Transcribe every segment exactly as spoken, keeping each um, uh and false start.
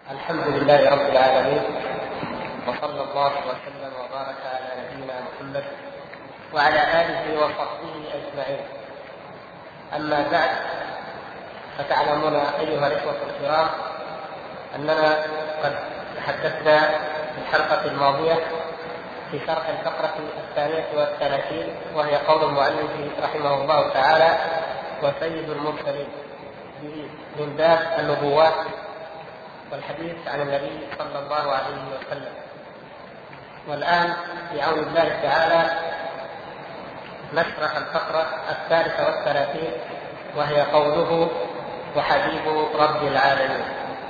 الحمد لله رب العالمين، وصلى الله وسلم وبارك على نبينا محمد وعلى آله وصحبه أجمعين. أما بعد، فتعلمون أيها الإخوة الكرام أننا قد تحدثنا في الحلقة الماضية في شرح الفقرة الثانية والثلاثين، وهي قول المؤلف رحمه الله تعالى: وسيد المرسلين، من باب النبوات والحديث عن النبي صلى الله عليه وسلم. والآن بعون الله تعالى نشرح الفقرة الثالثة والثلاثين، وهي قوله: وحبيب رب العالمين.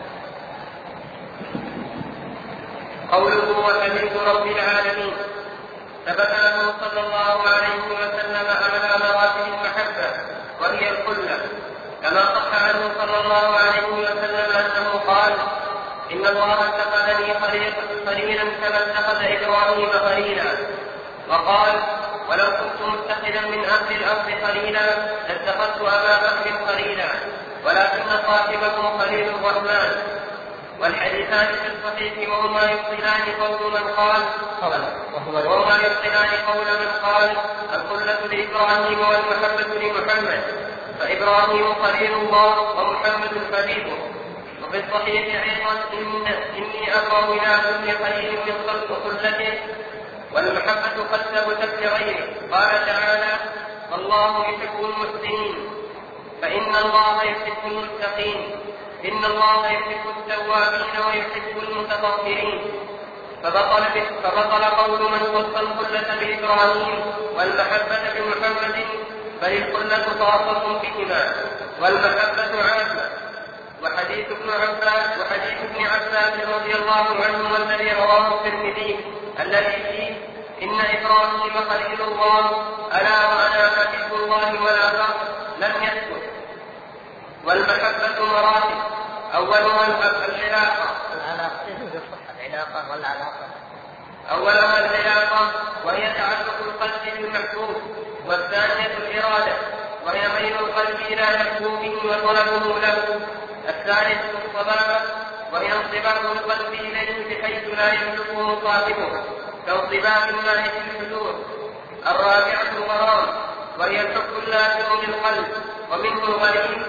قوله وحبيب رب العالمين ثبت له صلى الله عليه وسلم أعلى مراتب المحبة، وهي الخلة، كما صح عنه صلى الله عليه وسلم أنه قال: إن الله اتخذني خليلا كما اتخذ إبراهيم خليلا. وقال: ولو كنت متخذا من أهل الأرض خليلا لاتخذت أبا بكر خليلا، ولكن صاحبكم خليل الرحمن. والحديثان في الصحيح وهما يبطلان قول من قال وهما يبطلان قول من قال الخلة لإبراهيم والمحبة لمحمد، فإبراهيم خليل الله ومحمد حبيبه. وفي الصحيح أيضا: إن إني أبرأ إلى كل خليل من خلق خلته، والمحبة قد ثبتت لغيره. قال تعالى: والله يحب المحسنين، فإن الله يحب المتقين، إن الله يحب التوابين ويحب المتطهرين. فبطل, فبطل قول من خص الخلة بإبراهيم والمحبة بمحمد، بل الخلة خاصة بهما والمحبة عامة. وحديث ابن عباس وحديث ابن عباس رضي الله عنه والذي رواه الترمذي الذي فيه: إن إبراهيم خليل الله ألا وأنا حبيب الله ولا فرق، لم يسكت. والمحبة مراتب، أولها العلاقة العلاقة والعلاقة أولها العلاقة وهي تعلق القلب بالمحبوب، والثانية الإرادة وهي ميل القلب إلى محبوبه وطلبه له، الثالثة الصبابة وهي انصباب القلب إليه بحيث لا يملكه صاحبه كانصباب الماء في الحجور، الرابعة الغرام وهي الحب اللازم للقلب ومنه الغريب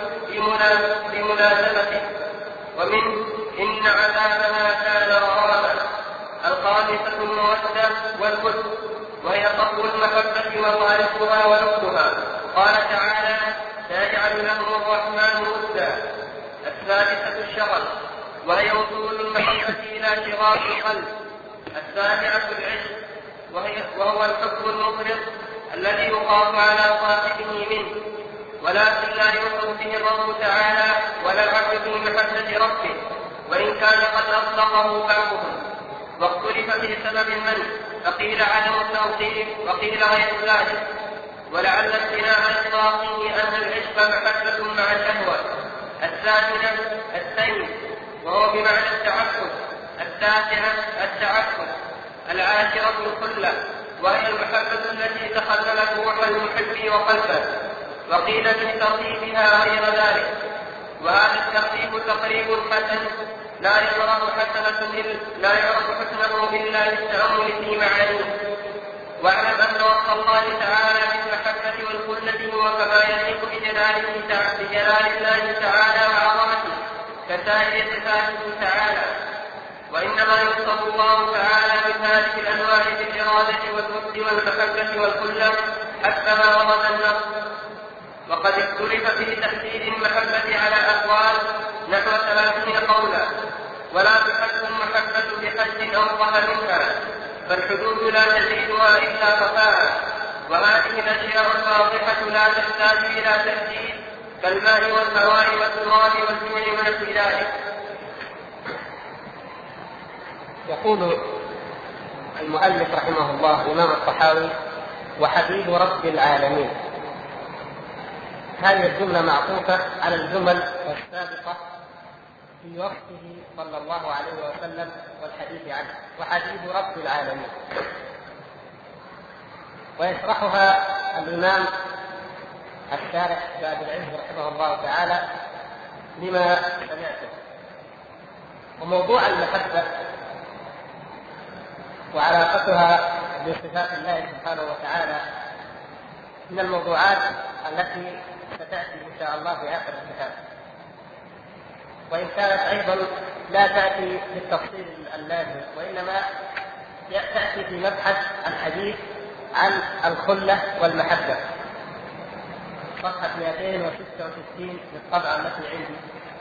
بملازمته، ومن إن عذابها كان غراما. الخامسة المودة والود وهي قصد المحبة وطارقها ولطفها. قال تعالى: سيجعل لهم الرحمن ودا. السادسة الشغل وهي وصول المحبة إلى شغاف القلب. السابعة العشق وهي وهو الحكم المفرط الذي يخاف على صاحبه منه، ولكن لا يوصف به الرب تعالى ولا العبد بمحبة ربه، وإن كان قد أطلقه بعضهم. واختلف في سبب المنع، فقيل عدم التوصيف وقيل غير ذلك. ولعل ابتلاء إطلاقه أن العشق محبة مع شهوة. الثامنة السيد وهو بمعنى التعبد. التاسعة التعبد. العاشرة الخلة وهي المحبة التي تخللت روح المحب وقلبه، وقيل من ترتيبها غير ذلك. وهذا الترتيب تقريب حسن لا يعرف حسنة لا يعرف حسنه إلا بالتأمل في معانيه. واعلم أن وصف الله تعالى بالمحبة والخلة هو كما يليق بجلال الله تعالى وعظمته كسائر صفاته تعالى، وإنما يوصف الله تعالى بهذه الأنواع بالإرادة والود والمحبة والخلة حتى ما ورد النص. وقد اختلف في تحديد المحبة على أقوال نحو ثلاثين قولا، ولا تحد المحبة بحد أوضح منها، فالحدود لا تزيدها إلا خفاء. وهذه الأشياء الواضحة لا تحتاج إلى تحديد، كالماء والهواء والتراب والجوع ونحو ذلك. يقول المؤلف رحمه الله الإمام الطحاوي: وحبيب رب العالمين. هذه الجملة معطوفة على الجمل السابقة في وصفه صلى الله عليه وسلم والحديث عنه: وحبيب رب العالمين. ويشرحها الإمام الشارح باب العز رحمه الله تعالى لما سمعته. وموضوع المحبة وعلاقتها بصفات الله سبحانه وتعالى من الموضوعات التي ستأتي إن شاء الله في آخر الكتاب، وإن كانت أيضا لا تأتي بالتفصيل اللازم، وإنما تأتي في مبحث الحديث عن الخلة والمحبة، صفحة مئتين وستة وستين للطبعة التي عندي.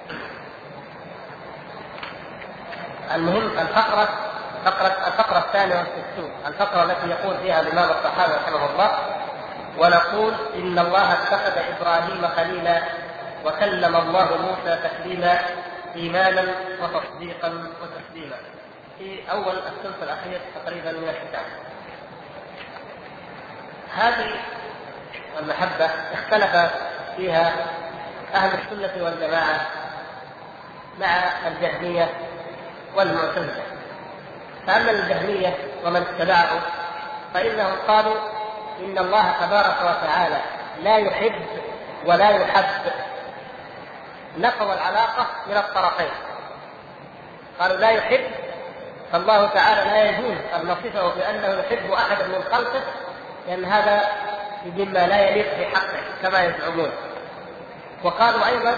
المهم الفقرة فقرة الفقرة الثانية والستون، الفقرة التي يقول فيها الإمام الطحاوي رحمه الله: ونقول إن الله اتخذ إبراهيم خليلا وكلم الله موسى تكليما إيمانا وتصديقا وتسليما، في أول الثلث الأخير تقريبا من الكتاب. هذه المحبة اختلف فيها أهل السنة والجماعة مع الجهمية والمعتزلة. فأما الجهمية ومن اتبعه فإنهم قالوا إن الله تبارك وتعالى لا يحب ولا يحب، نفوا العلاقة من الطرفين. قالوا لا يحب، فالله تعالى لا يجوز أن نصفه بأنه يحب أحدا من خلقه، لأن هذا مما لا يليق بحقه كما يزعمون. وقالوا أيضا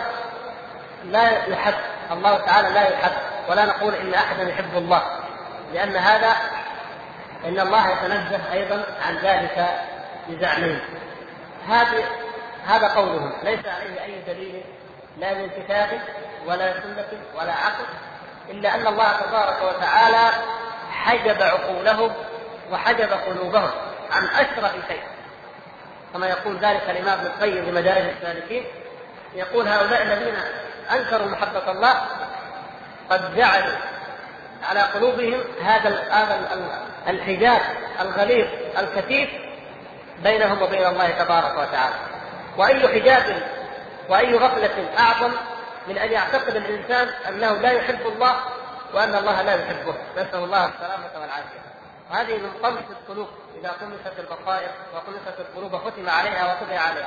لا يحب، الله تعالى لا يحب، ولا نقول إن أحدا يحب الله، لأن هذا إن الله يتنزه أيضا عن ذلك بزعمهم. هذا هذا قولهم ليس عليه أي دليل لا من كتاب ولا سنة ولا عقل، إلا أن الله تبارك وتعالى حجب عقولهم وحجب قلوبهم عن أشرف شيء، كما يقول ذلك الإمام ابن القيم بمدارج السالكين. يقول هؤلاء الذين أنكروا محبة الله قد جعلوا على قلوبهم هذا الحجاب الغليظ الكثيف بينهم وبين الله تبارك وتعالى. وأي حجاب وأي غفلة أعظم من أن يعتقد الإنسان أنه لا يحب الله وأن الله لا يحبه، نسأل الله السلامة والعافية. وهذه من طمس القلوب، إذا طمست البصائر وطمست القلوب ختم عليها وطبع عليها،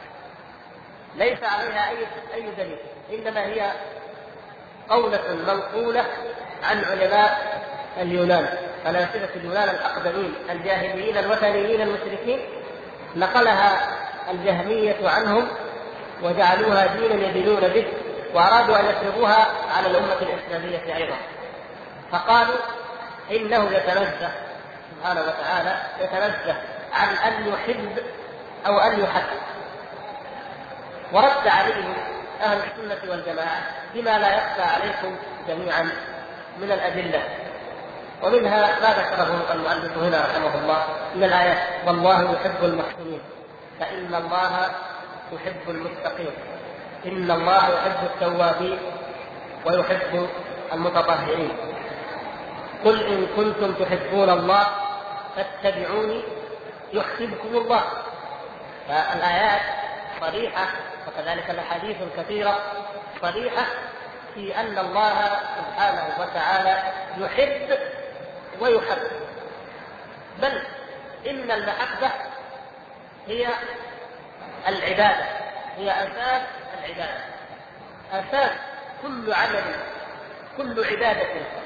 ليس عليها أي أي دليل، إنما هي قولة منقولة عن علماء اليونان، فلاسفة اليونان الأقدمين الجاهليين الوثنيين المشركين، نقلها الجهمية عنهم وجعلوها دينا يدينون به، وأرادوا أن يفرضوها على الأمة الإسلامية أيضا. فقالوا إنه يتنزه سبحانه وتعالى يتنزه عن أن يحب أو أن يحب. ورد عليهم أهل السنة والجماعة بما لا يخفى عليكم جميعا من الأدلة، ومنها ما ذكره المؤلف هنا رحمه الله من الآيات: والله يحب المحسنين، فإن الله يحب المتقين، إن الله يحب التوابين ويحب المتطهرين، قل إن كنتم تحبون الله فاتبعوني يحببكم الله. فالآيات صريحة، وكذلك الأحاديث الكثيرة صريحة في أن الله سبحانه وتعالى يحب ويحب، بل إن المحبة هي العبادة، هي أساس العبادة، أساس كل عمل، كل عبادة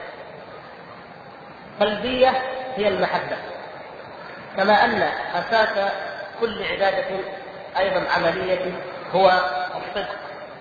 قلبية هي المحبة، كما أن أساس كل عبادة أيضا عملية هو الصدق.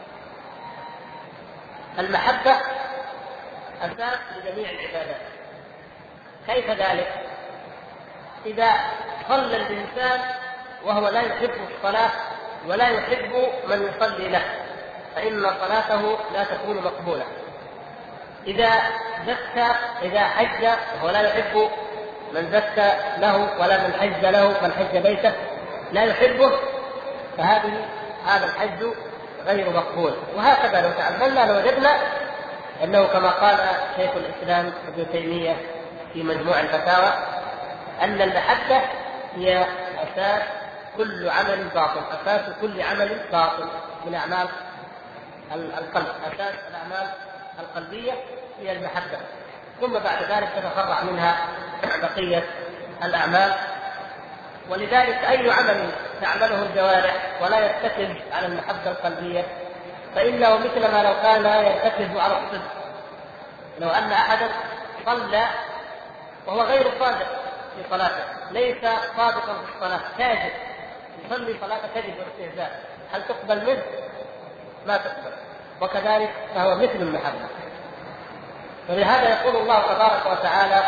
المحبة أساس لجميع العبادات. كيف ذلك؟ إذا صلى الإنسان وهو لا يحب الصلاة ولا يحب من يصلي له فإن صلاته لا تكون مقبولة. إذا زكى إذا حج وهو لا يحب من زكى له ولا من حج له من حج بيته لا يحبه، فهذه هذا الحج غير مقبول. وهكذا لو تأملنا لوجدنا أنه كما قال شيخ الإسلام ابن تيمية في مجموع الفتاوى أن المحبة هي أساس كل عمل باطل، أساس كل عمل باطل من أعمال القلب، أساس الأعمال القلبية هي المحبة، ثم بعد ذلك تتفرع منها بقية الأعمال. ولذلك أي عمل تعمله الجوارح ولا يرتكز على المحبة القلبية فإنه مثل ما لو كان لا يرتكز على الصدق، لو أن أحدا صلى وهو غير صادق في صلاته، ليس صادقا في الصلاة، كاذب، يصلي صلاة كذب واستهزاء، هل تقبل منه؟ ما تقبل. وكذلك فهو مثل المحبة. ولهذا يقول الله تبارك وتعالى: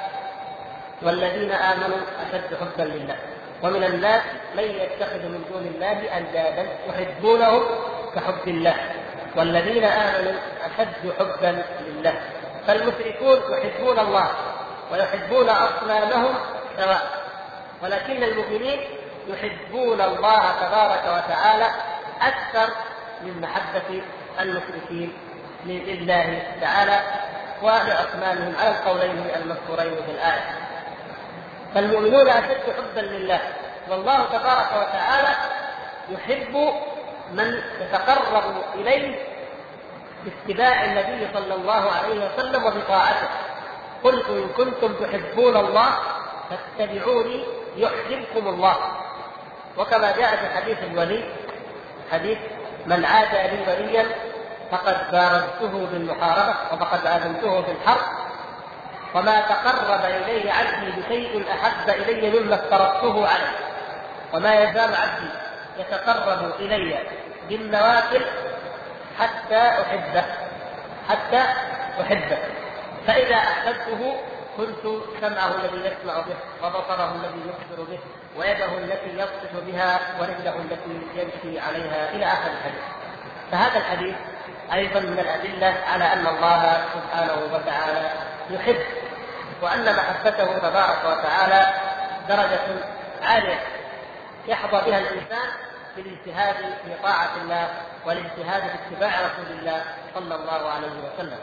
والذين آمنوا أشد حبا لله ومن الناس من يتخذ من دون الله أندادا يحبونهم كحب الله والذين آمنوا أشد حبا لله. فالمشركون يحبون الله ويحبون أصنامهم سواء، ولكن المؤمنين يحبون الله تبارك وتعالى أكثر من محبة المشركين لله تعالى ولأصنامهم على القولين المذكورين في الآية. فالمؤمنون أشد حبا لله، والله تبارك وتعالى يحب من يتقرب إليه باتباع النبي صلى الله عليه وسلم وبطاعته. قل إن كنتم تحبون الله فاتبعوني يحببكم الله. وكما جاء في حديث الولي، حديث من عادى لي وليا فقد بارزته بالمحاربة وفقد آذنته في الحرب، وما تقرب إلي عبدي بشيء أحب إلي مما افترضته عليه، وما يزال عبدي يتقرب إلي بالنوافل حتى أحبه حتى أحبه فإذا أحببته كنت سمعه الذي يسمع به وبصره الذي يبصر به ويده التي يبطش بها ورجله التي يمشي عليها إلى آخر الحديث. فهذا الحديث أيضا من الأدلة على أن الله سبحانه وتعالى يحب، وأن محبته تبارك وتعالى درجة عالية يحظى بها الإنسان بالاجتهاد في طاعة الله والاجتهاد في اتباع رسول الله صلى الله عليه وسلم.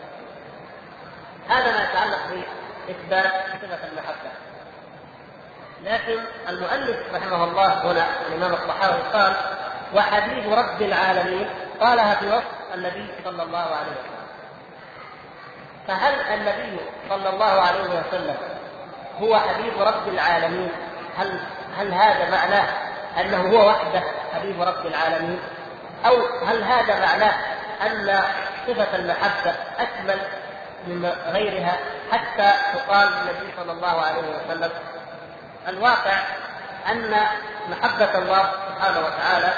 هذا ما يتعلق بإثبات صفة المحبة. لكن المؤلف رحمه الله هنا الإمام الطحاوي قال: وحبيب رب العالمين، قالها في وصف النبي صلى الله عليه وسلم. فهل النبي صلى الله عليه وسلم هو حبيب رب العالمين؟ هل هل هذا معناه أنه هو وحده حبيب رب العالمين؟ أو هل هذا معناه أن صفة المحبة أكمل من غيرها حتى تقال للنبي صلى الله عليه وسلم؟ الواقع أن محبة الله سبحانه وتعالى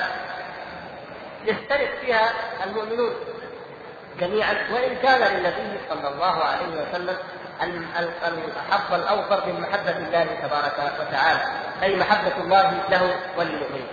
يشترك فيها المؤمنون جميعا، وإن كان للنبي صلى الله عليه وسلم الحظ الأوفر من محبة الله تبارك وتعالى، أي محبة الله له وللمؤمنين.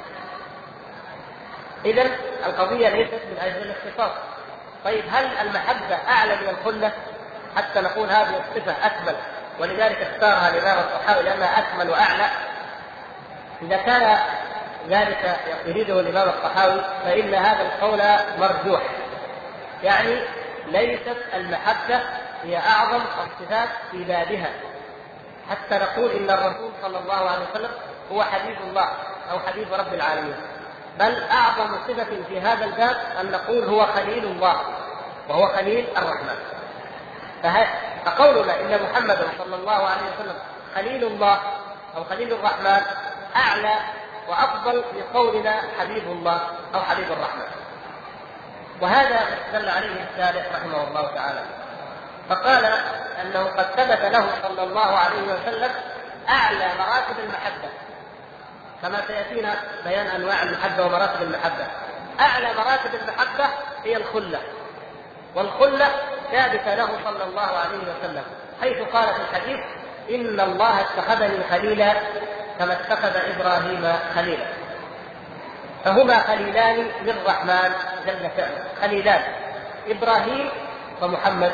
إذن القضية ليست من أجل الاختصاص. طيب هل المحبة أعلى من الخلة حتى نقول هذه الصفة أكمل ولذلك اختارها الإمام الطحاوي لأنها أكمل وأعلى؟ إذا كان ذلك يريده الإمام الطحاوي فإن هذا القول مرجوح، يعني ليست المحبة هي أعظم الصفات في بابها حتى نقول إن الرسول صلى الله عليه وسلم هو حبيب الله أو حبيب رب العالمين، بل أعظم صفة في هذا الباب أن نقول هو خليل الله وهو خليل الرحمن. فقولنا إن محمد صلى الله عليه وسلم خليل الله أو خليل الرحمن أعلى وأفضل من قولنا حبيب الله أو حبيب الرحمن. وهذا دل عليه الشارح رحمه الله تعالى، فقال أنه قد ثبت له صلى الله عليه وسلم أعلى مراتب المحبة، كما سيأتينا بيان أنواع المحبة ومراتب المحبة. أعلى مراتب المحبة هي الخلة، والخلة ثابتة له صلى الله عليه وسلم، حيث قال في الحديث: إن الله اتخذني خليلا كما اتخذ إبراهيم خليلا. فهما خليلان للرحمن جل شأنه، خليلان إبراهيم ومحمد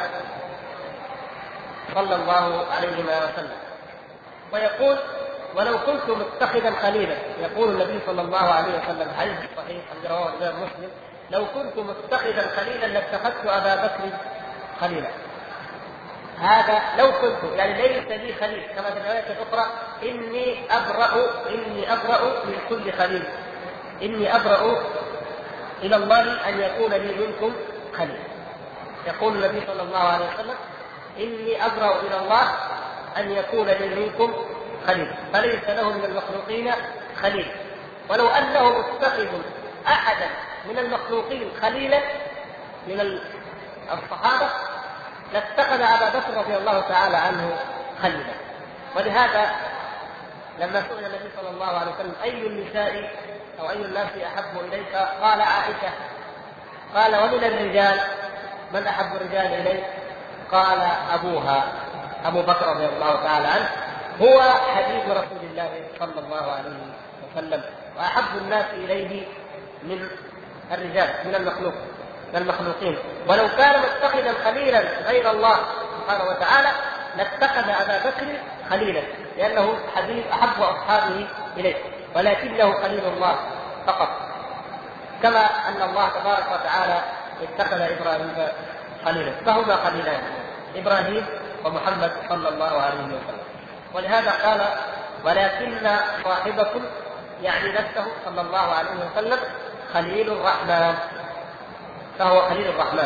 صلى الله عليه وسلم. ويقول: ولو كنت متخذا خليلا، يقول النبي صلى الله عليه وسلم في الحديث الصحيح الذي رواه الإمام مسلم: لو كنت متخذا خليلا لاتخذت أبا بكر خليلا. هذا لو كنت، يعني ليس لي خليل، كما في الرواية الأخرى: إني أبرأ إني أبرأ من كل خليل، إني أبرأ إلى الله أن يكون لي منكم خليل. يقول النبي صلى الله عليه وسلم: إني أبرأ إلى الله أن يكون لي منكم خليل، فليس له من المخلوقين خليل. ولو أنه متخذ أحدا من المخلوقين خليلا من الصحابة لاتخذ أبا بكر رضي الله تعالى عنه خليلا. ولهذا لما سئل النبي صلى الله عليه وسلم أي النساء أو أي الناس أحب إليك قال عائشة. قال ومن الرجال من أحب الرجال إليك؟ قال أبوها أبو بكر رضي الله تعالى عنه، هو حبيب رسول الله صلى الله عليه وسلم وأحب الناس إليه من الرجال من المخلوق من المخلوقين. ولو كان متخذا خليلا غير الله سبحانه وتعالى لاتخذ أبا بكر خليلا، لأنه حبيب أحب أصحابه إليه، ولكنه خليل الله فقط، كما أن الله تبارك وتعالى اتخذ إبراهيم خليلا، فهما خليلان إبراهيم ومحمد صلى الله عليه وسلم. ولهذا قال ولكن صاحبكم يعني نفسه صلى الله عليه وسلم خليل الرحمن، فهو خليل الرحمن.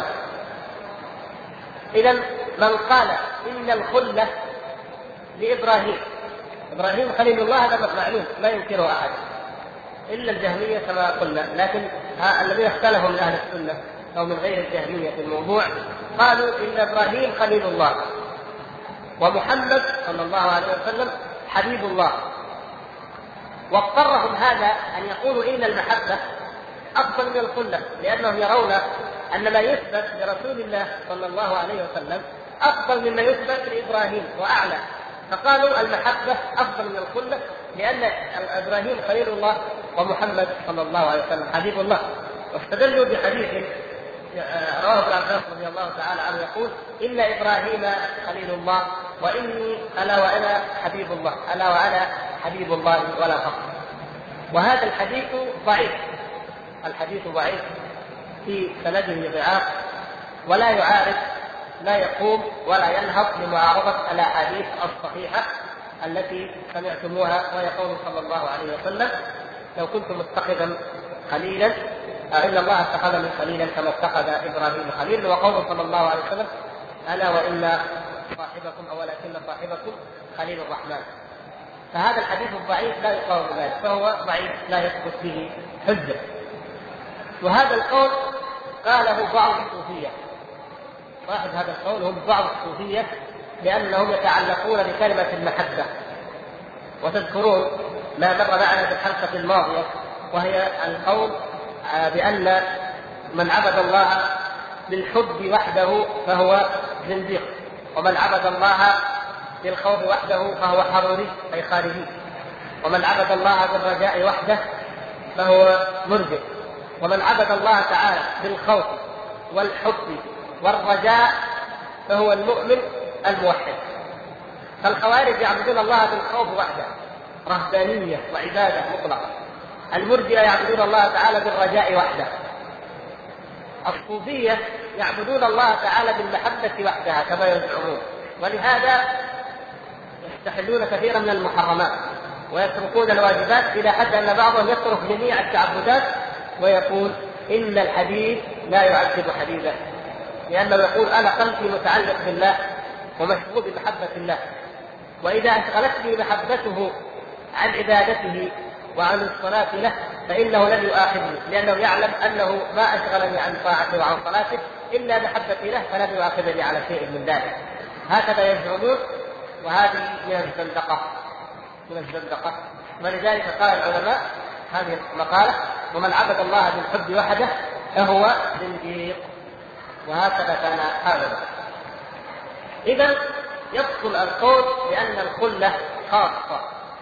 إذن من قال إن الخلة لإبراهيم إبراهيم خليل الله هذا معلوم لا ينكره أحد إلا الجهمية كما قلنا، لكن الذين اختلفوا من أهل السنة أو من غير الجهمية في الموضوع قالوا إن إبراهيم خليل الله ومحمد صلى الله عليه وسلم حبيب الله. واضطرهم هذا أن يقولوا إن المحبة أفضل من الخلة، لأنهم يرون أن ما يثبت لرسول الله صلى الله عليه وسلم أفضل مما يثبت لإبراهيم وأعلى، فقالوا المحبة أفضل من الخلة لأن إبراهيم خليل الله ومحمد صلى الله عليه وسلم حبيب الله. واستدلوا بحديث رواه ابن عباس رضي الله تعالى عنه يقول إن إبراهيم خليل الله وإني ألا وأنا حبيب الله ألا وأنا حبيب الله ولا فخر. وهذا الحديث ضعيف الحديث ضعيف في سنده ضعاف ولا يعارض لا يقوم ولا ينهض لمعارضة الأحاديث الصحيحة التي سمعتموها، ويقول صلى الله عليه وسلم لو كنت متخذا خليلا إن الله اتخذني خليلا كما اتخذ إبراهيم خليلا، وقوله صلى الله عليه وسلم ألا وإن صاحبكم أو ولكن صاحبكم خليل الرحمن. فهذا الحديث الضعيف لا يقال بذلك، فهو ضعيف لا يثبت به حجة. وهذا القول قاله بعض الصوفية، صاحب هذا القول هم بعض الصوفية لأنهم يتعلقون بكلمة المحبة. وتذكرون ما مر معنا في الحلقة الماضية وهي القول بأن من عبد الله بالحب وحده فهو زنديق، ومن عبد الله بالخوف وحده فهو حروري أي خارجي، ومن عبد الله بالرجاء وحده فهو مرجئ، ومن عبد الله تعالى بالخوف والحب والرجاء فهو المؤمن الموحد. فالخوارج يعبدون الله بالخوف وحده رهبانية وعبادة مطلقة، المرجئة يعبدون الله تعالى بالرجاء وحده، الصوفية يعبدون الله تعالى بالمحبة وحدها كما يزعمون. ولهذا يستحلون كثيرا من المحرمات ويتركون الواجبات إلى حد أن بعضهم يترك جميع التعبدات ويقول إن الحبيب لا يعذب حبيبه، لأنه يقول أنا قلبي متعلق بالله ومشغول بمحبة الله، وإذا أشغلتني محبته عن عبادته وعن الصلاة له فإنه لن يؤاخذني، لأنه يعلم أنه ما أشغلني عن طاعته وعن صلاته إلا محبتي له فلن يؤاخذني على شيء من ذلك. هكذا يزعمون، وهذه من الزندقة من الزندقة ولذلك قال العلماء هذه المقالة ومن عبد الله بالحب وحده فهو زنديق، وهكذا كان هذا. إذا يبطل القول بأن الخلة خاصة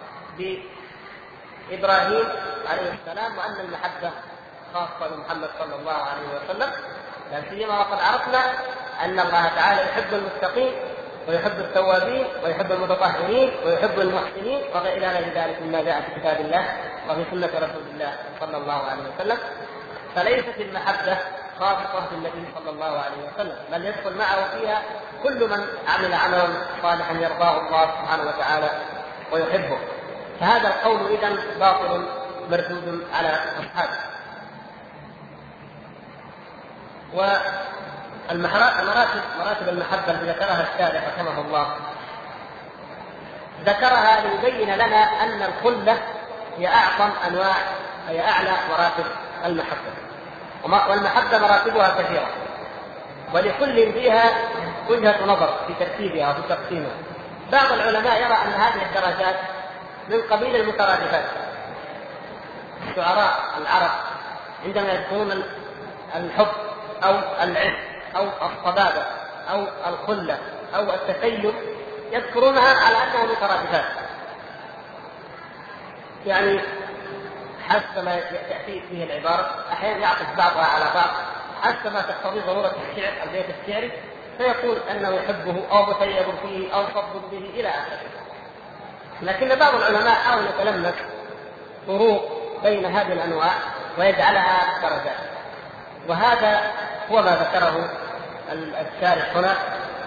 بإبراهيم عليه السلام وأن المحبة خاصة بمحمد صلى الله عليه وسلم، لا سيما وقد عرفنا أن الله تعالى يحب المتقين ويحب التوابين ويحب المتطهرين ويحب المحسنين وغير ذلك مما جاء في كتاب الله وفي سنة رسول الله صلى الله عليه وسلم. فليست المحبة خاصة بالنبي صلى الله عليه وسلم، بل يدخل معه فيها كل من عمل عملا صالحا يرضاه الله سبحانه وتعالى ويحبه. فهذا القول إذن باطل مردود على أصحابه. والمراتب مراتب المحبة التي ذكرها الشارح رحمه الله ذكرها ليبين لنا أن الخلة هي أعظم أنواع هي أعلى مراتب المحبة، والمحبة مراتبها كثيرة ولكل فيها وجهة نظر في ترتيبها وفي تقسيمها. بعض العلماء يرى أن هذه الدرجات من قبيل المترادفات. شعراء العرب عندما يذكرون الحب أو العشق أو الصبابة أو الخلة أو التخيل يذكرونها على أنها مترادفات، يعني حسب ما تأتي فيه العبارة أحيانا يعطف بعضها على بعض حسب ما تقتضي ضرورة الشعر البيت الشعري، فيقول أنه يحبه أو متيب فيه أو صب به إلى آخره. لكن بعض العلماء حاول يتلمس فروق بين هذه الأنواع ويجعلها درجات، وهذا هو ما ذكره الشارح هنا،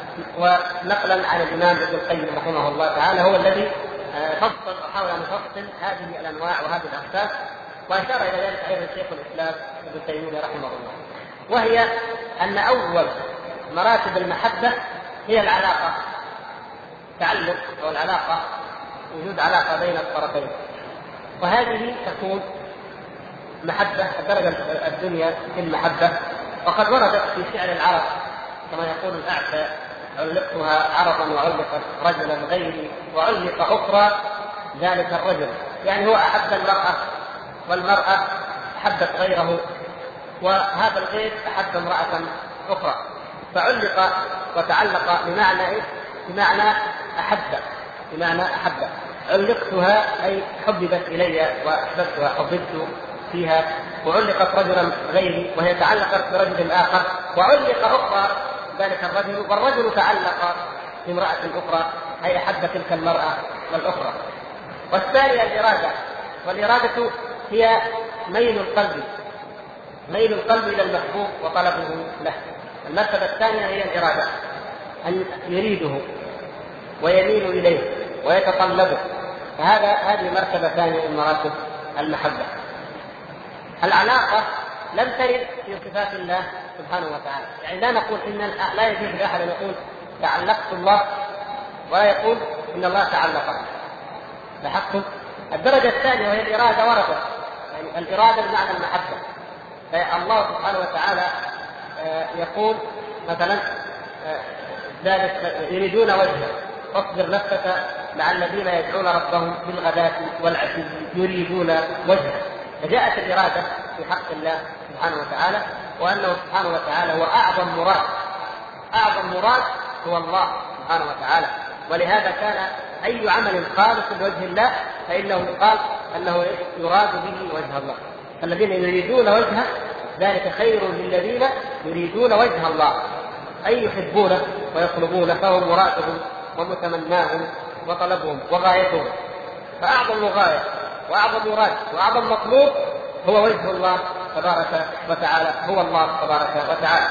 ونقلا عن الإمام ابن القيم رحمه الله تعالى هو الذي فصل وحاول أن يفصل هذه الأنواع وهذه الأقسام، وأشار إلى ذلك أيضا شيخ الإسلام ابن تيمية رحمه الله، وهي أن أول مراتب المحبة هي العلاقة، تعلق أو العلاقة، وجود علاقة بين الطرفين، وهذه تكون محبة الدرجة الدنيا في المحبة. وقد وردت في شعر العرب كما يقول الأعفى: علقتها عرضا وعلقت رجلا غيري وعلق أخرى ذلك الرجل، يعني هو أحب المرأة والمرأة أحبت غيره وهذا الغير أحب امرأة أخرى، فعلق وتعلق بمعنى إيه؟ بمعنى أحب، بمعنى أحب. علقتها أي حببت إلي وأحببتها، حببت فيها. وعلقت رجلا غيري وهي تعلقت برجل آخر، وعلق أخرى ذلك الرجل، والرجل تعلق بامرأة أخرى أي أحب تلك المرأة والأخرى. والثانية الإرادة، والإرادة هي ميل القلب، ميل القلب إلى المحبوب وطلبه له. المرتبة الثانية هي الإرادة، أن يريده ويميل إليه ويتطلبه، فهذا هذه مرتبة ثانية من مراتب المحبة. العلاقة لم ترد في صفات الله سبحانه وتعالى، يعني لا نقول إن لا يجوز لأحد أن يقول تعلقت الله ولا يقول إن الله تعلق، لاحظتم؟ الدرجة الثانية وهي الإرادة وردت، يعني الإرادة بمعنى المحبة، فالله سبحانه وتعالى يقول مثلا ذلك يريدون وجهه فاصبر نفسك مع الذين يدعون ربهم بالغداة والعشي يريدون وجهه. فجاءت الإرادة في حق الله سبحانه وتعالى، وأنه سبحانه وتعالى هو أعظم مراد، أعظم مراد هو الله سبحانه وتعالى. ولهذا كان أي عمل خالص لوجه الله فإنه يقال أنه يراد به وجه الله. الذين يريدون وجهه ذلك خير للذين يريدون وجه الله، أي يحبونه ويطلبونه، فهو مرادهم ومتمناهم وطلبهم وغايتهم. فأعظم غاية وأعظم مراد وأعظم مطلوب هو وجه الله تبارك وتعالى، هو الله تبارك وتعالى.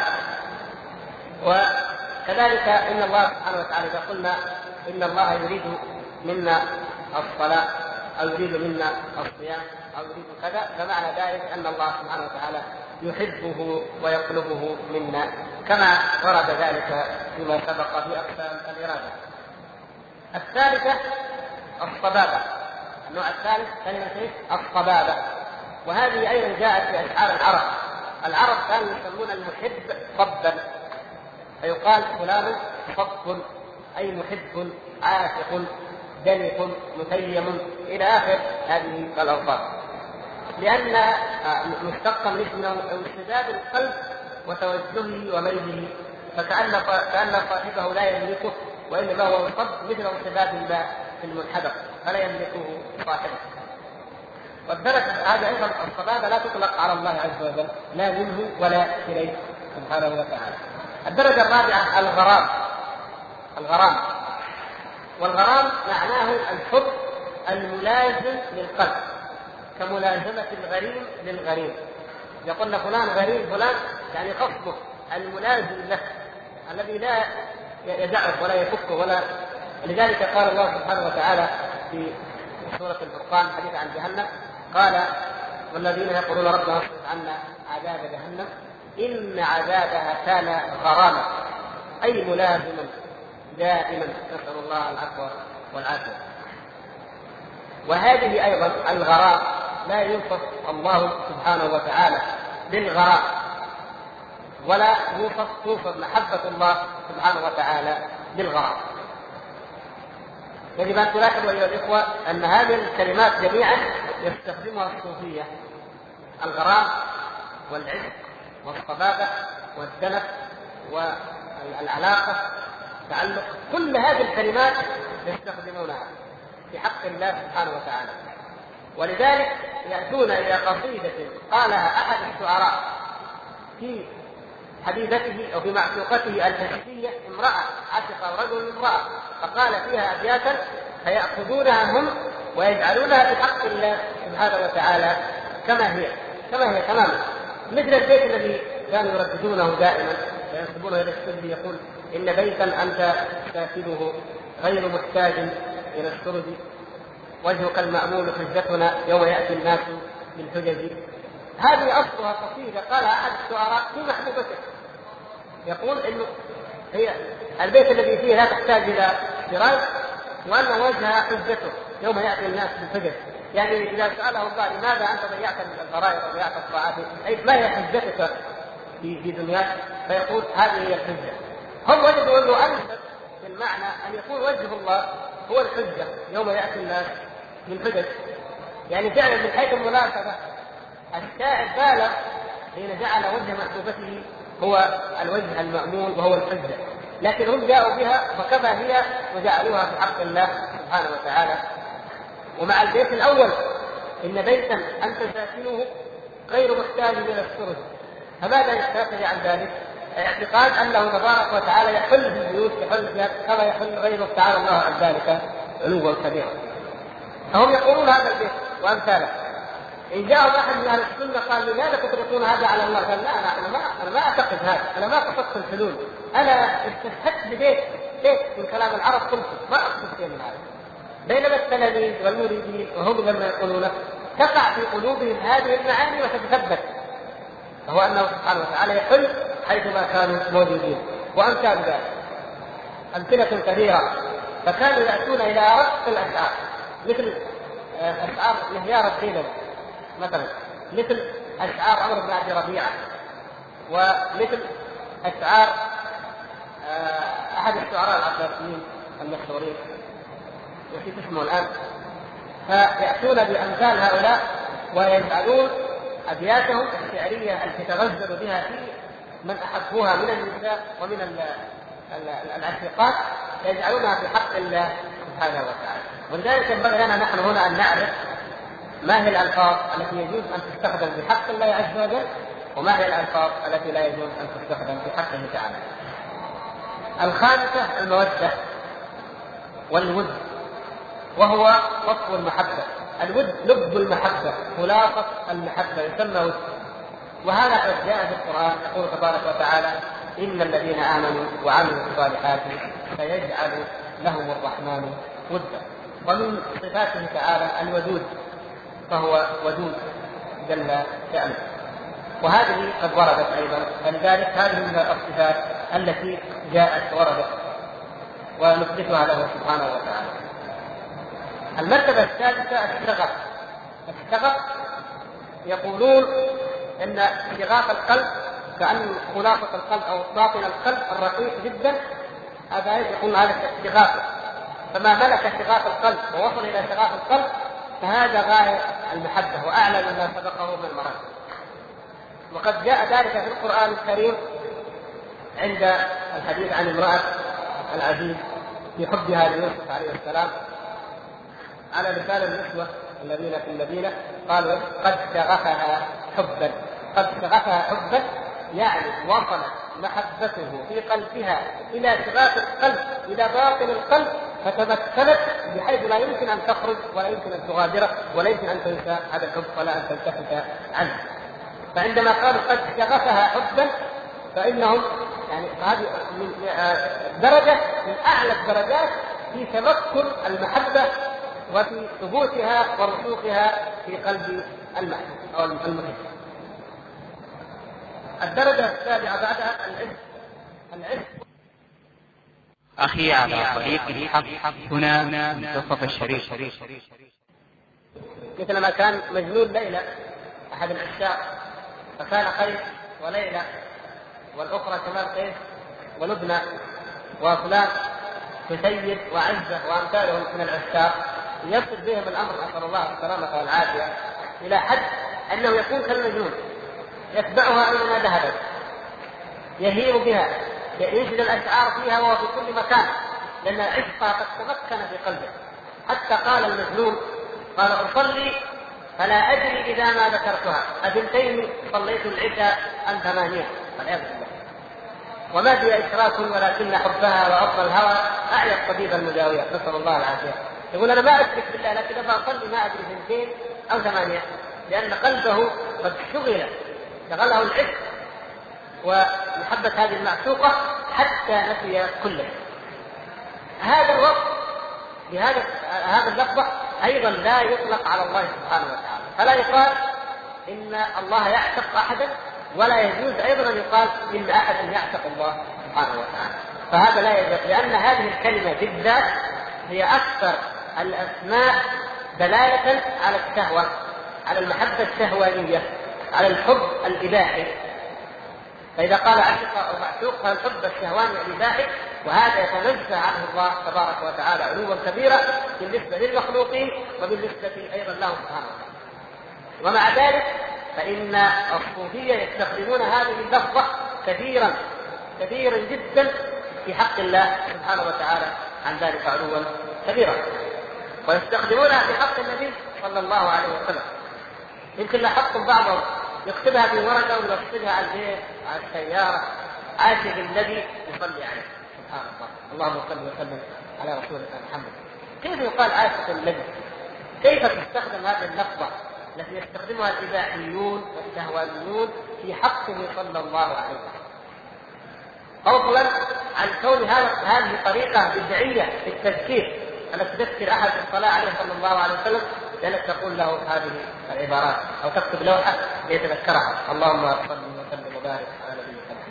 وكذلك إن الله سبحانه وتعالى إذا قلنا إن الله يريد منا الصلاة أو يريد منا الصيام أو يريد كذا، فمعنى ذلك أن الله سبحانه وتعالى يحبه ويطلبه منا، كما ورد ذلك فيما سبق في أقسام الإرادة. الثالثة الصبابة، النوع الثالث كلمة الصبابة، وهذه أيضا جاءت في أشعار العرب. العرب كانوا يسمون المحب صبا، فيقال فلان صب أي محب عاشق دلق متيم إلى آخر هذه الألفاظ، لأن مشتقا من انسداد القلب وتوجهه وميله، فكأن كأن صاحبه لا يملكه، وإنما هو يصب مثل انسداد الماء في المنحدر فلا يملكه صاحبه. والدرجة هذا أيضا الصبابة لا تطلق على الله عز وجل، لا منه ولا إليه سبحانه وتعالى. الدرجة الرابعة الغرام، الغرام والغرام معناه الحب الملازم للقلب، كملازمة الغريم للغريم. يقول فلان غريم فلان يعني خصمه الملازم له الذي لا يدعه ولا يفكه ولا. لذلك قال الله سبحانه وتعالى في سورة الفرقان حديث عن جهنم قال والذين يقولون ربنا اصرف عنا عذاب جهنم إن عذابها كان غراما، أي ملازما دائما، نسأل الله العفو والعافية. وهذه أيضا الغرام لا يوصف الله سبحانه وتعالى بالغرام، ولا يوصف توصف محبة الله سبحانه وتعالى بالغرام. يجب أن تلاحظوا أيها الإخوة أن هذه الكلمات جميعا يستخدمها الصوفية: الغرام والعشق والصبابة والدنس والعلاقة تعلق، كل هذه الكلمات يستخدمونها في حق الله سبحانه وتعالى. ولذلك يأتون إلى قصيدة قالها أحد الشعراء في حبيبته أو في معشوقته الفلسفية، امرأة عشق رجل امرأة، فقال فيها أبياتا فيأخذونها هم ويجعلونها في حق الله سبحانه وتعالى كما هي كما هي تماما، مثل البيت الذي كانوا يرددونه دائما وينسبونه إلى السرد، يقول: إن بيتا أنت ساكنه غير محتاج إلى السرد، وجهك المأمول حجتنا يوم يأتي الناس بالحجج. هذه أصلها قصيدة قالها أحد الشعراء في محبوبته، يقول إنه هي البيت الذي فيه لا تحتاج إلى سراج، وأن وجهها حجته يوم يأتي الناس بالحجج. يعني إذا سأله الله لماذا أنت ضيعت الفرائض وضيعت الطاعات، أي ما هي حجتك في دنياك؟ فيقول هذه هي الحجة. هم وجدوا أنه أنسب في المعنى أن يكون وجه الله هو الحجة يوم يأتي الناس بالحجج. يعني فعلا من حيث المناسبة الشاعر بالغ حين جعل وجه محبوبته هو الوجه المأمول وهو الحجة، لكن هم جاءوا بها فكما هي وجعلوها في حق الله سبحانه وتعالى. ومع البيت الأول: إن بيتا أنت ساكنه غير محتاج إلى السرج، فماذا يستفيد عن ذلك؟ اعتقاد أنه تبارك وتعالى يحل في البيوت، يحل فيها كما يحل غيره تعالى الله عن ذلك علوا كبيرا. فهم يقولون هذا البيت وأمثاله. إن جاء أحد من أهل السنة قال: لماذا تطلقون هذا على الله؟ قال: لا أنا ما أنا ما أعتقد هذا، أنا ما قصدت الحلول، أنا استشهدت ببيت بيت من كلام العرب قلت ما أقصد شيء من هذا. بينما التلاميذ والمريدين وهم لما يقولون تقع في قلوبهم هذه المعاني وتتثبت، فهو أنه سبحانه وتعالى يحل حيثما كانوا موجودين. وأمثال ذلك أمثلة كثيرة. فكانوا يأتون إلى رق الأشعار مثل أشعار مهيار الدين مثلا، مثل أشعار عمرو بن عبد ربيعة، ومثل أشعار أحد الشعراء العباسيين المشهورين وفي اسمه الآن. فيأتون بأمثال هؤلاء ويجعلون أبياتهم الشعرية التي تغزل بها في من أحبوها من النساء ومن العشيقات يجعلونها في حق الله سبحانه وتعالى. ولذلك ينبغي لنا نحن هنا أن نعرف ما هي الألفاظ التي يجوز أن تستخدم في حق الله عز وجل، وما هي الألفاظ التي لا يجوز أن تستخدم في حقه تعالى. الخامسة المودة والود، وهو وصف المحبة. الود لب المحبة، خلاصة المحبة، يسمى ود. وهذا قد جاء في القرآن، يقول تبارك وتعالى: إن الذين آمنوا وعملوا الصالحات سيجعل لهم الرحمن ودا. ومن صفاته تعالى الودود، فهو ودود جل شأنه. وهذه قد وردت أيضا، فلذلك هذه من الصفات التي جاءت وردت ونثبتها له سبحانه وتعالى. المرتبة الثالثة الشغف. الشغف يقولون إن شغاف القلب كأن خلاصة القلب أو باطن القلب الرقيق جدا، هذا يقول هذا الشغاف. فما ملك شغاف القلب ووصل إلى شغاف القلب فهذا غاية المحبة وأعلى مما سبقه من المراتب. وقد جاء ذلك في القرآن الكريم عند الحديث عن امرأة العزيز في حبها ليوسف عليه السلام على لسان النسوة الذين في المدينة قالوا: قد شغفها حبا. قد شغفها حبا يعني وصلت محبته في قلبها إلى شغاف القلب، إلى باطن القلب، فتمكنت بحيث لا يمكن أن تخرج ولا يمكن أن تغادره ولا يمكن أن تنسى هذا الحب ولا أن تلتفت عنه. فعندما قالوا قد شغفها حبا فإنهم يعني هذه درجة من أعلى الدرجات في تمكن المحبة وفي ثبوتها ورسوخها في قلب المحبوب أو المحب. الدرجة السابعة بعدها العشق. العشق أخي على طريق الحق هنا منتصف الشريف. مثلما كان مجنون ليلى أحد العشاق، فكان قيس وليلى والأخرى كمال قيس ولبنى وفلان كسيد وعزة وأمثالهم من العشاق، يصل بهم الأمر نسأل الله السلامة والعافية إلى حد أنه يكون كالمجنون يتبعها أينما ذهبت، يهيم بها، ينشد الأشعار فيها وهو في كل مكان، لأن عشقها قد تمكن في قلبه. حتى قال المجنون قال أصلي فلا أدري إذا ما ذكرتها أثنتين صليت العشاء أم ثمانية والعياذ بالله. وما بي إشراك ولكن حبها وأفضل الهوى أعيا الطبيب المداوية نسأل الله العافية. يقول أنا ما أشرك بالله لكن لما أصلي ما أدري اثنتين أو ثمانية، لأن قلبه قد شغل شغله العشق ومحبة هذه المعشوقة حتى نسي كله. هذا الوقت بهذا هذا اللفظة أيضا لا يطلق على الله سبحانه وتعالى، فلا يقال إن الله يعشق أحدا، ولا يجوز أيضا أن يقال إن أحدا يعشق الله سبحانه وتعالى، فهذا لا يجوز، لأن هذه الكلمة بالذات هي أكثر الأسماء دلالة على الشهوة، على المحبة الشهوانية، على الحب الإباحي. فإذا قال عشق أو معشوق فالحب الشهواني الإباحي، وهذا يتنزه عنه الله تبارك وتعالى علوا كبيرا بالنسبة للمخلوقين وبالنسبة أيضا له سبحانه وتعالى. ومع ذلك فإن الصوفية يستخدمون هذه اللفظة كثيرا كثيرا جدا في حق الله سبحانه وتعالى عن ذلك علوا كبيرا، ويستخدمونها في حق النبي صلى الله عليه وسلم. يمكن لاحظتم بعضهم يكتبها في ورقة ويكتبها على البيت على السيارة عاشق الذي يصلي عليه. سبحان الله، اللهم صل وسلم على رسولك محمد. كيف يقال عاشق الذي؟ كيف تستخدم هذه اللفظة التي يستخدمها الإباحيون والشهوانيون في حقه صلى الله عليه وسلم، فضلا عن كون هذه طريقة بدعية في التذكير، التي تذكر أحد الصلاة عليه صلى الله عليه وسلم لأنك تقول له هذه العبارات أو تكتب لوحة ليتذكرها، اللهم صل وسلم وبارك على نبينا محمد.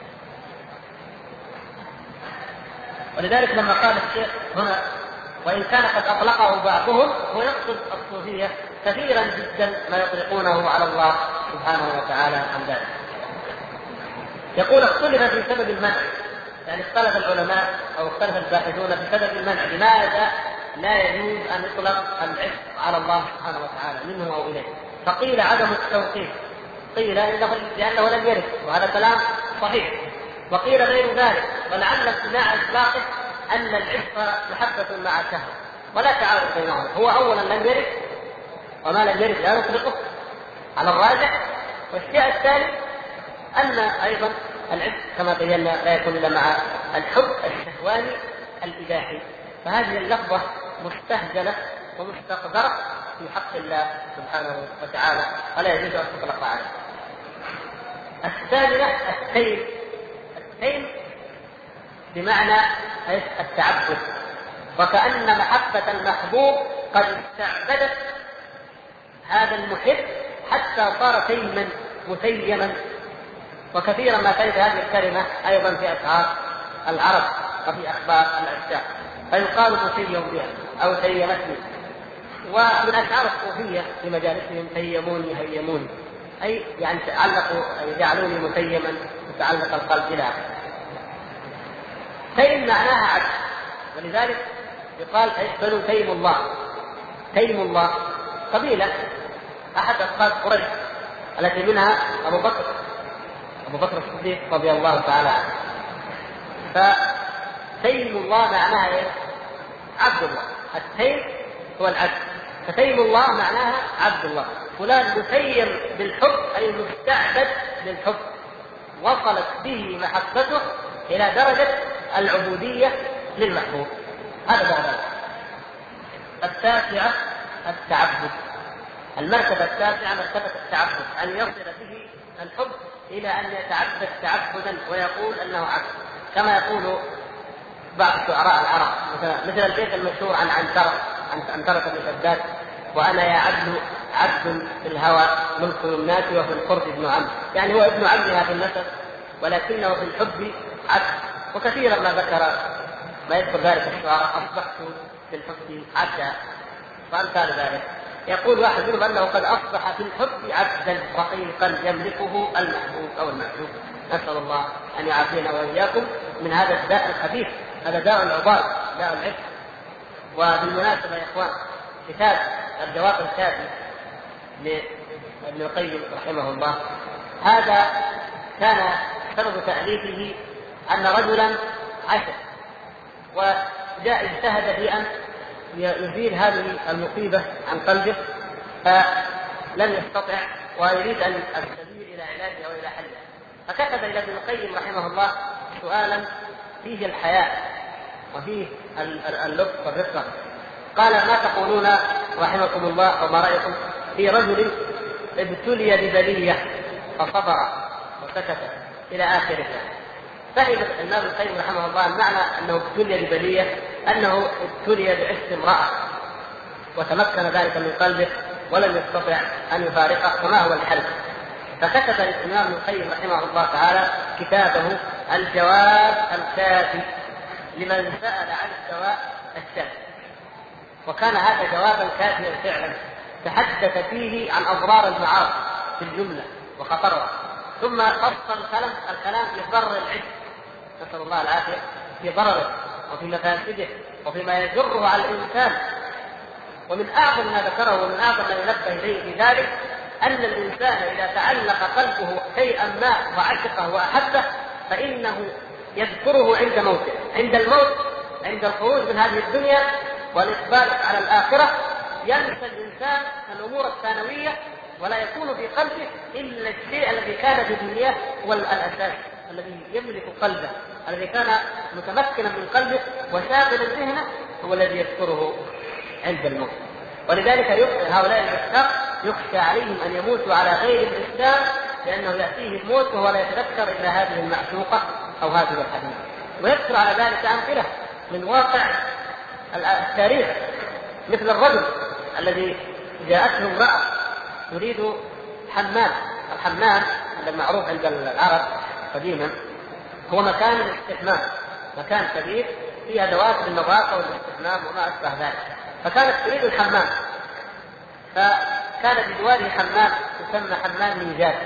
ولذلك لما قال الشيخ هنا وإن كان قد أطلقه بعضهم، هو يقصد الصوفية كثيرا جدا ما يطلقونه على الله سبحانه وتعالى عن ذلك. يقول اختلف في سبب المنع، يعني اختلف العلماء أو اختلف الباحثون في سبب المنع، لماذا لا يجوز أن يطلق العشق على الله سبحانه وتعالى منه أو إليه. فقيل عدم التوقيف، قيل لأنه لم يرد، وهذا كلام صحيح. وقيل غير ذلك، ولعل امتناع إطلاقه أن العشق محبة مع شهوة ولا تعارض بينهما. هو أولا لم يرد، وما لم يرد لا نطلقه على الراجح. والشيء الثاني أن أيضا العشق كما بينا لا يكون إلا مع الحب الشهواني الإباحي، فهذه اللفظة مستهجنة ومستقذرة في حق الله سبحانه وتعالى ولا يجوز أن تطلق عليه. الثانية التيم، التيم بمعنى التعبد، وكأن محبة المحبوب قد استعبدت هذا المحب حتى صار تيما متيما. وكثيرا ما تجد هذه الكلمة أيضا في أشعار العرب وفي أخبار العشاق، فيقال متيم بها أو تيمتني. ومن أشعار الصوفية في مجالسهم تيموني هيموني، أي يعني تعلقوا يجعلوني متيما متعلق القلب إلى آخره. تيم معناها عدل، ولذلك يقال بنو تيم الله. تيم الله قبيلة أحد أصحاب قريش التي منها أبو بكر أبو بكر الصديق رضي الله تعالى عنه. فتيم الله معناها إيه؟ عبد الله. التيم هو العبد، فتيم الله معناها عبد الله. فلان متيم بالحب أي مستعبد للحب، وصلت به محبته إلى درجة العبودية للمحبوب. هذا بعد. التاسعة التعبد، المرتبة التاسعة مرتبة التعبد، أن يصل به الحب إلى أن يتعبد تعبدا ويقول أنه عبد، كما يقول بعض شعراء العرب مثل البيت المشهور عن عنترة عن عنترة بن شداد: وأنا يا عبد عبد في الهوى ملك يمناتي وفي القرب ابن عم، يعني هو ابن عمها في النسب ولكنه في الحب عبد. وكثيرا ما ذكر ما يذكر ذلك الشعراء: أصبحت في الحب عبدا، فأمثال ذلك. يقول واحد منهم أنه قد أصبح في الحب عبدا رقيقا يملكه المحبوب أو المحبوب. نسأل الله أن يعافينا وإياكم من هذا الداء الخبيث، هذا داء العباد، داء العفق. وبالمناسبة يا إخوان، كتاب الجواب الكافي لابن القيم رحمه الله هذا كان سبب تأليفه أن رجلا عشق وجاء اجتهد في أن يزيل هذه المصيبة عن قلبه فلم يستطع ويريد أن السبيل إلى علاجها وإلى حلها، فكتب إلى ابن القيم رحمه الله سؤالا فيه الحياء وفيه اللطف والرفق. قال: ما تقولون رحمكم الله أو ما رأيكم في رجل ابتلي ببلية فصبر وسكت إلى آخرها؟ فهم الإمام ابن القيم رحمه الله معنى أنه ابتلي ببلية أنه ابتلي بعشق امرأة وتمكن ذلك من قلبه ولم يستطع أن يفارقه، فما هو الحل؟ فكتب الإمام ابن القيم رحمه الله تعالى كتابه الجواب الكافي لمن سأل عن الدواء الشافي. وكان هذا جوابا كافيا فعلا، تحدث فيه عن أضرار المعاصي في الجملة وخطرها، ثم فصل الكلام الكلام في ضرر العشق، نسأل الله العافية، في ضرره وفي مفاسده وفيما يجره على الإنسان. ومن أعظم ما ذكره ومن أعظم ما ينبه إليه في ذلك أن الإنسان إذا تعلق قلبه شيئا ما وعشقه وأحبه فإنه يذكره عند موته، عند الموت، عند الخروج من هذه الدنيا والإقبال على الآخرة، ينسى الإنسان الأمور الثانوية ولا يكون في قلبه إلا الشيء الذي كان في دنياه هو الأساس الذي يملك قلبه، الذي كان متمكنا من قلبه وشاغلا ذهنه هو الذي يذكره عند الموت. ولذلك هؤلاء الأشخاص يخشى عليهم أن يموتوا على غير الإسلام، لأنه يأتيه الموت وهو لا يتذكر إلا هذه المعشوقة أو هذه الحديث. ويذكر على ذلك أمثلة من واقع التاريخ، مثل الرجل الذي جاءته امرأة تريد حمام. الحمام المعروف عند العرب قديما هو مكان الاستحمام، مكان كبير فيه أدوات للنظافة والاستحمام وما أشبه ذلك، فكانت تريد الحمام، فكان بجواره حمام يسمى حمام من جاد.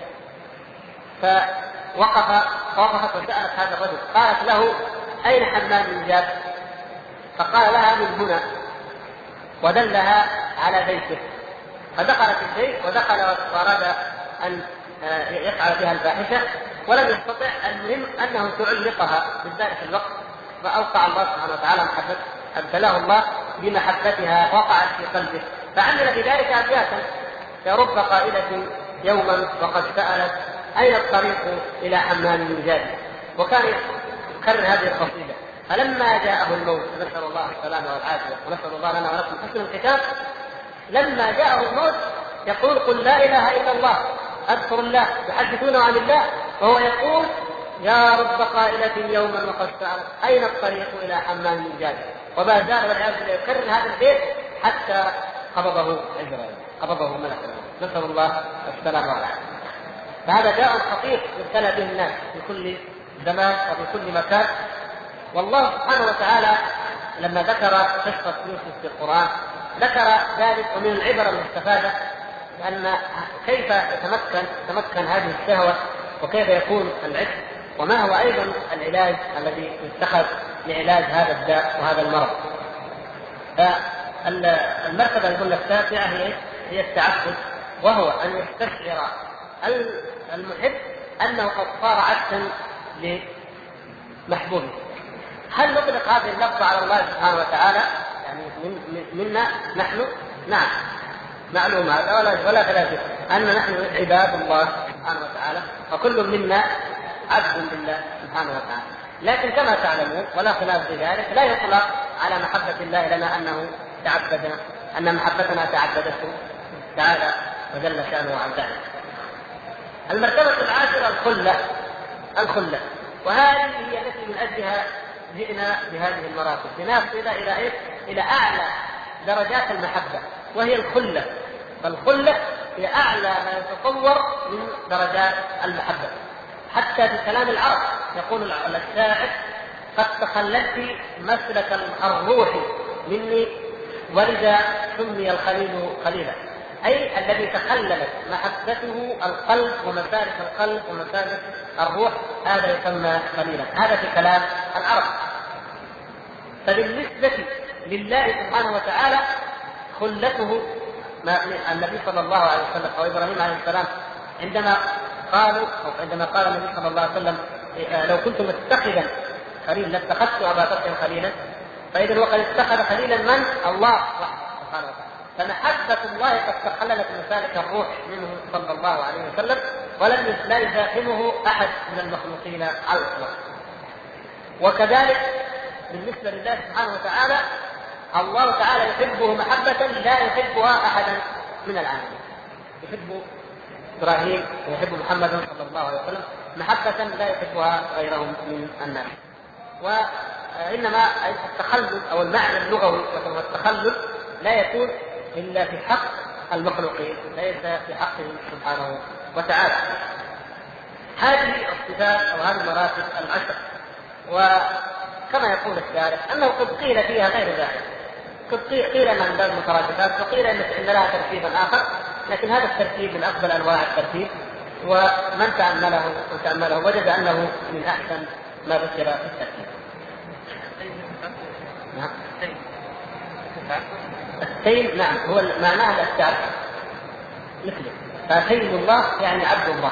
فوقف وقفت وسألت هذا الرجل، قالت له: أين حمام من جاد؟ فقال لها: من هنا، ودلها على بيته. فدخلت البيت ودخل وأراد أن يفعل بها الفاحشة ولم يستطع. المهم أنه تعلقها في ذلك الوقت، فأوقع الله سبحانه وتعالى محبة، أبتلاه الله بمحبتها وقعت في قلبه، فعمل بذلك أبياتا: يا رب قائلة يوما وقد سألت أين الطريق إلى حمام من جاد. وكان يكرر هذه القصيدة. فلما جاءه الموت، نسأل الله السلامة والعافية ونسأل الله لنا ولكم حسن الختام، لما جاءه الموت يقول: قل لا إله إلا الله، أذكر الله، يحدثونه عن الله، وهو يقول: يا رب قائلة يوما وقد سألت أين الطريق إلى حمام من جاد. وما زال والعياذ بالله يكرر هذا البيت حتى قبضه عزرائيل، قبضه ملك الموت، نسأل الله السلامة والعافية. فهذا داء خطير يبتلى به الناس في كل زمان وفي كل مكان. والله سبحانه وتعالى لما ذكر قصة يوسف في القرآن ذكر ذلك، ومن العبر المستفادة أن كيف يتمكن تمكن هذه الشهوة وكيف يكون العشق، وما هو أيضا العلاج الذي يتخذ لعلاج هذا الداء وهذا المرض. فالمرتبة الجملة التاسعة هي هي التعبد، وهو أن يستشعر المحب أنه قد صار عبدا لمحبوبه. هل نطلق هذه اللفظة على الله سبحانه وتعالى يعني من منا نحن؟ نعم، معلوم هذا ولا ولا ثلاثة أن نحن عباد الله سبحانه وتعالى، وكل منا عبد لله سبحانه وتعالى. لكن كما تعلمون ولا خلاف في ذلك، لا يطلق على محبة الله لنا أنه تعبدنا، أن محبتنا تعبدته تعالى وجل شأنه عن ذلك. المرتبة العاشرة الخلة. الخلة وهذه هي التي من أجلها جئنا بهذه المراتب، لنصل إلى إيه؟ إلى أعلى درجات المحبة، وهي الخلة. فالخلة هي أعلى ما يتصور من درجات المحبة. حتى في كلام العرب يقول الشاعر: قد تخللت مسلك الروح مني ولذا سمي الخليل خليلا. أي الذي تخللت محبته القلب ومسالك القلب ومسالك الروح، هذا يسمى خليلا. هذا في كلام العرب. فبالنسبة لله سبحانه وتعالى خلته ما النبي صلى الله عليه وسلم أو إبراهيم عليه السلام عندما قالوا أو عندما قال النبي صلى الله عليه وسلم لو كنت متخذا خليلا لاتخذت أبا بكر خليلا، فإذا وقد اتخذ خليلا من؟ الله سبحانه وتعالى. فمحبة الله قد تخللت مسالك الروح منه صلى الله عليه وسلم، ولم لا يزاحمه أحد من المخلوقين على الإطلاق. وكذلك بالنسبة لله سبحانه وتعالى الله تعالى يحبه محبة لا يحبها أحدا من العالمين. يحب إبراهيم ويحب محمد صلى الله عليه وسلم محبة لا يحبها غيرهم من الناس. وإنما التخلل أو المعنى اللغوي وهو التخلل لا يكون إلا في حق المخلوقين، ليس في حقه سبحانه وتعالى. هذه الصفات أو هذه المراتب العشر، وكما يقول الشارع أنه قد قيل فيها غير ذلك، قد قيل أنها من باب المترادفات وقيل أن لها ترتيبا آخر، لكن هذا الترتيب من أفضل أنواع الترتيب، ومن تأمله وتأمله وجد أنه من أحسن ما ذكر في الترتيب. نعم. السيد نعم هو معناه الاستعراض مثله، فسيد الله يعني عبد الله،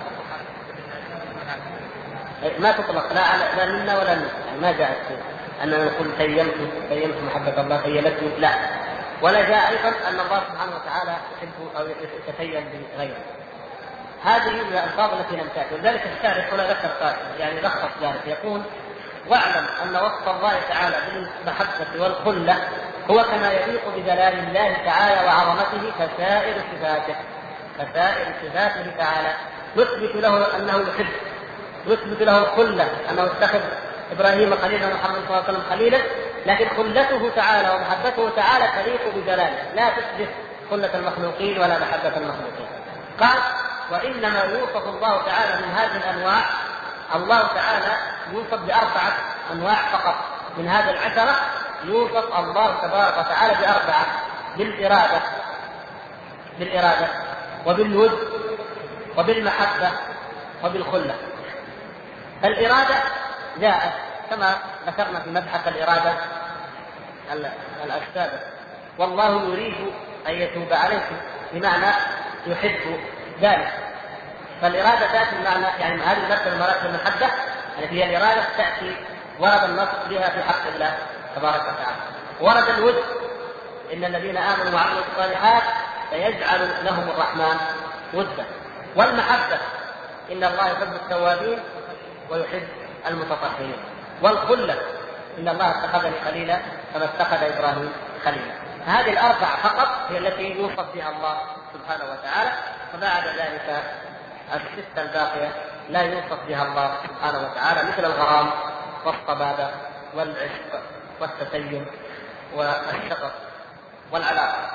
ما تطلق لا على لا منا ولا منا، يعني ما جاءت أننا نقول سيمت سيمت محبة الله سيمته، لا، ولا جاء أيضا أن الله سبحانه وتعالى يحب أو يتسيم بغيره. هذه من الألفاظ التي لم تأتي، ولذلك الشارح هنا ذكر قائل يعني لخص ذلك يقول: واعلم أن وصف الله تعالى بالمحبة والخلة هو كما يليق بجلال الله تعالى وعظمته كسائر صفاته، كسائر صفاته تعالى. نثبت له أنه يحب، نثبت له الخلة أنه اتخذ إبراهيم خليلا ومحمد صلى الله عليه وسلم خليلا، لكن خلته تعالى ومحبته تعالى تليق بجلاله، لا تشبه خلة المخلوقين ولا محبة المخلوقين. قال: وإنما يوصف الله تعالى من هذه الأنواع، الله تعالى يوصف بأربعة أنواع فقط من هذه العشرة، يوصف الله تبارك وتعالى بأربعة: بالإرادة بالإرادة وبالود وبالمحبة وبالخلة. الإرادة جاءت كما ذكرنا في مبحث الإرادة الأسابق: والله يريد أن يتوب عليكم، بمعنى يحب ذلك. فالإرادة تأتي بمعنى يعني هذه نفس المراتب المحبة التي هي الإرادة تأتي ورد النص بها في حق الله تبارك وتعالى. ورد الود: إن الذين آمنوا وعملوا الصالحات سيجعل لهم الرحمن ودا. والمحبة: إن الله يحب التوابين ويحب المتطهرين. والخلة: إن الله اتخذني خليلا كما اتخذ إبراهيم خليلا. هذه الأربعة فقط هي التي يوصف بها الله سبحانه وتعالى، وبعد ذلك الستة الباقية لا يوصف بها الله سبحانه وتعالى، مثل الغرام والصبابة والعشق والتسيم والشغف والعلاقة.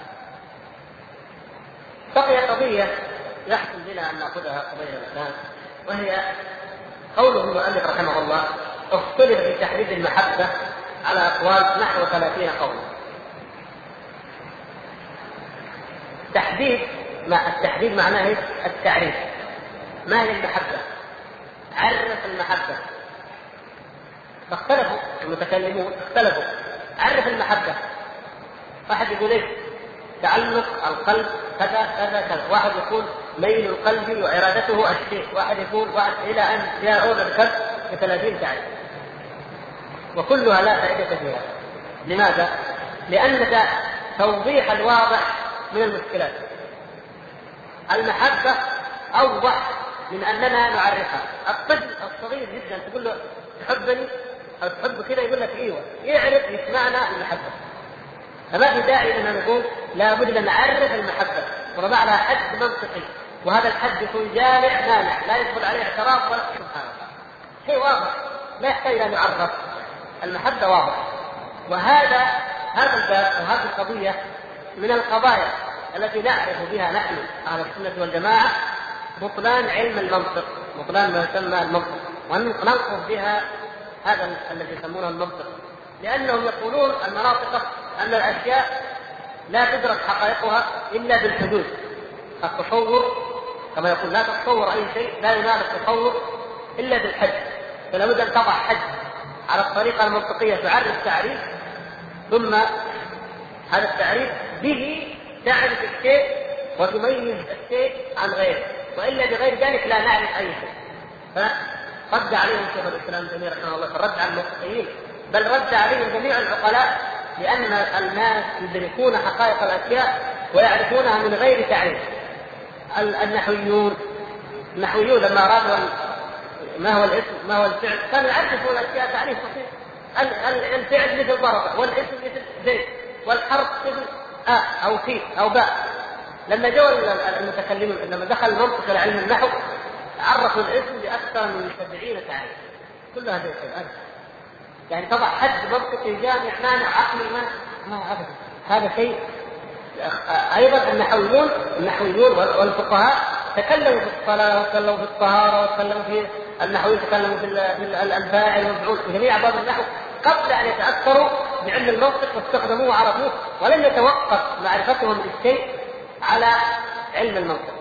بقي قضية يحسن بنا أن نأخذها قضية الإسلام، وهي قوله المؤلف رحمه الله: اختلف في تحديد المحبة على أقوال نحو ثلاثين قولا. تحديد مع التحديد معناه التعريف. ما هي المحبة؟ عرف المحبة. فاختلفوا المتكلمون، اختلفوا. عرف المحبة. واحد يقول ايش؟ تعلق القلب كذا كذا كذا، واحد يقول ميل القلب وإرادته الشيء، واحد يقول واحد إلى أن يرون الكذب بثلاثين تعريف، وكلها لا فائدة فيها. لماذا؟ لأن توضيح الواضح من المشكلات. المحبة أوضح من أننا نعرفها. الطفل الصغير جدا تقول له تحبني أو تحب كذا، يقول لك إيوه، يعرف يسمعنا المحبة. فما في داعي أن نقول لا بد أن نعرف المحبة ونضع لها حد منطقي، وهذا الحد يكون جامع مانع لا يدخل عليه اعتراف ولا سبحان الله. شيء واضح لا يحتاج أن يعرف. المحبة واضح. وهذا هذا الباب وهذه القضية من القضايا التي نعرف بها نحن أهل السنة والجماعة بطلان علم المنطق، بطلان ما يسمى المنطق، وننقض بها هذا الذي يسمونه المنطق، لأنهم يقولون المناطق أن الأشياء لا تدرك حقائقها إلا بالحدود. التصور كما يقول لا تتصور أي شيء، لا ينال التصور إلا بالحد. فلا بد أن تضع حد على الطريقة المنطقية، تعرف تعريف، ثم هذا التعريف به تعرف الشيء وتميز الشيء عن غيره، وإلا بغير ذلك لا نعرف أي شيء. فرد عليهم شيخ الإسلام تيمية رحمه الله، فرد على المنطقيين، بل رد عليهم جميع العقلاء، لأن الناس يدركون حقائق الأشياء ويعرفونها من غير تعريف. النحويون النحويون لما أرادوا ما هو الاسم ما هو الفعل كانوا يعرفون الأشياء تعريف بسيط. الفعل مثل ضرب، والاسم مثل زيد، والحرف مثل آ أو في أو باء. لما جاءوا المتكلمون لما دخل المنطق إلى علم النحو عرفوا الاسم بأكثر من سبعين تعريف، كل هذه الأشياء. يعني طبعا حد منطقي جامع مانع عقلي ما ما أبدا، هذا شيء. أيضا النحويون النحويون والفقهاء تكلموا في الصلاة وتكلموا في الطهارة وتكلموا في النحويين تكلموا في الفاعل والمفعول في جميع أبواب النحو قبل أن يتأثروا بعلم المنطق واستخدموه وعرفوه، ولم يتوقف معرفتهم للشيء على علم المنطق.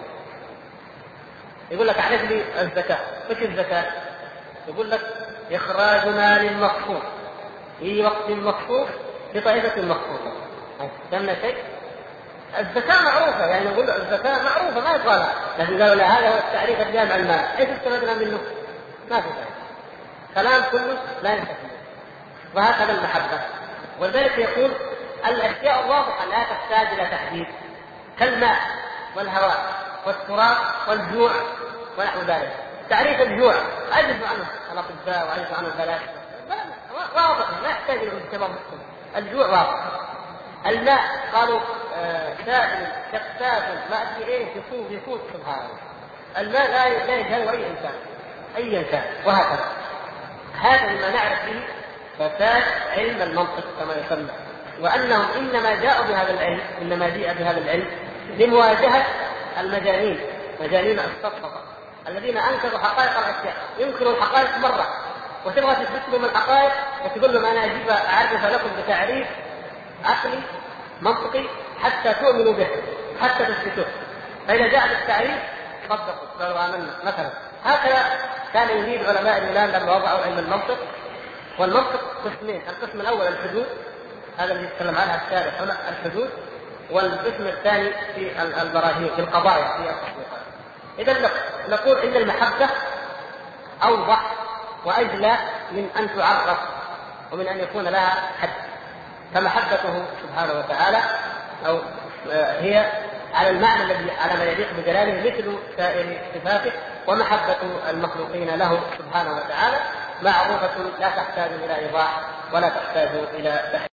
يقول لك اعرف لي الزكاة، ايش الزكاة؟ يقول لك إخراجنا للمخصوص في وقت مخصوص بطائفة مخصوصة. سمنا شيء؟ الزكاة معروفة، يعني نقول الزكاة معروفة ما يقالها، لكن قالوا لا هذا هو التعريف الجامع المال، ايش استفدنا منه؟ ما في تعريف، كلام كله لا ينتهي. وهكذا المحبة، ولذلك يقول الأشياء واضحة لا تحتاج إلى تحديد، كالماء والهواء والتراب والجوع ونحو ذلك. تعريف الجوع أجب عنه الأطباء وأجب عنه الفلاسفة، واضح لا يحتاج إلى اجتماع مسلم. الجوع واضح. الماء قالوا آه سائل شفاف ما أدري إيه يفوت يفوت سبحان الله. الماء لا لا يجهل أي إنسان أي إنسان، وهكذا. هذا ما نعرف به فساد علم المنطق كما يسمى، وأنهم إنما جاءوا بهذا العلم إنما جاء بهذا العلم لمواجهة المجانين مجانين السفسطة الذين أنكروا حقائق الأشياء. ينكروا الحقائق مرة وتبغى تثبت لهم الحقائق وتقول لهم أنا أجيب أعرف لكم بتعريف عقلي منطقي حتى تؤمنوا به حتى تثبتوه، فإذا جاء بالتعريف صدقوا قالوا آمنا مثلا. هكذا كان يريد علماء اليونان لما وضعوا علم المنطق. والمنطق قسمين، القسم الأول الحدود، هذا اللي يتكلم عنها الشارح هنا الحدود، والقسم الثاني في البراهين في القضايا في التصديقات. إذا نقول إن المحبة أوضح وأجلى من أن تعرف ومن أن يكون لها حد، فمحبته سبحانه وتعالى أو هي على المعنى الذي على ما يليق بجلاله مثل سائر صفاته، ومحبة المخلوقين له سبحانه وتعالى معروفة لا تحتاج إلى إيضاح ولا تحتاج إلى تحديد.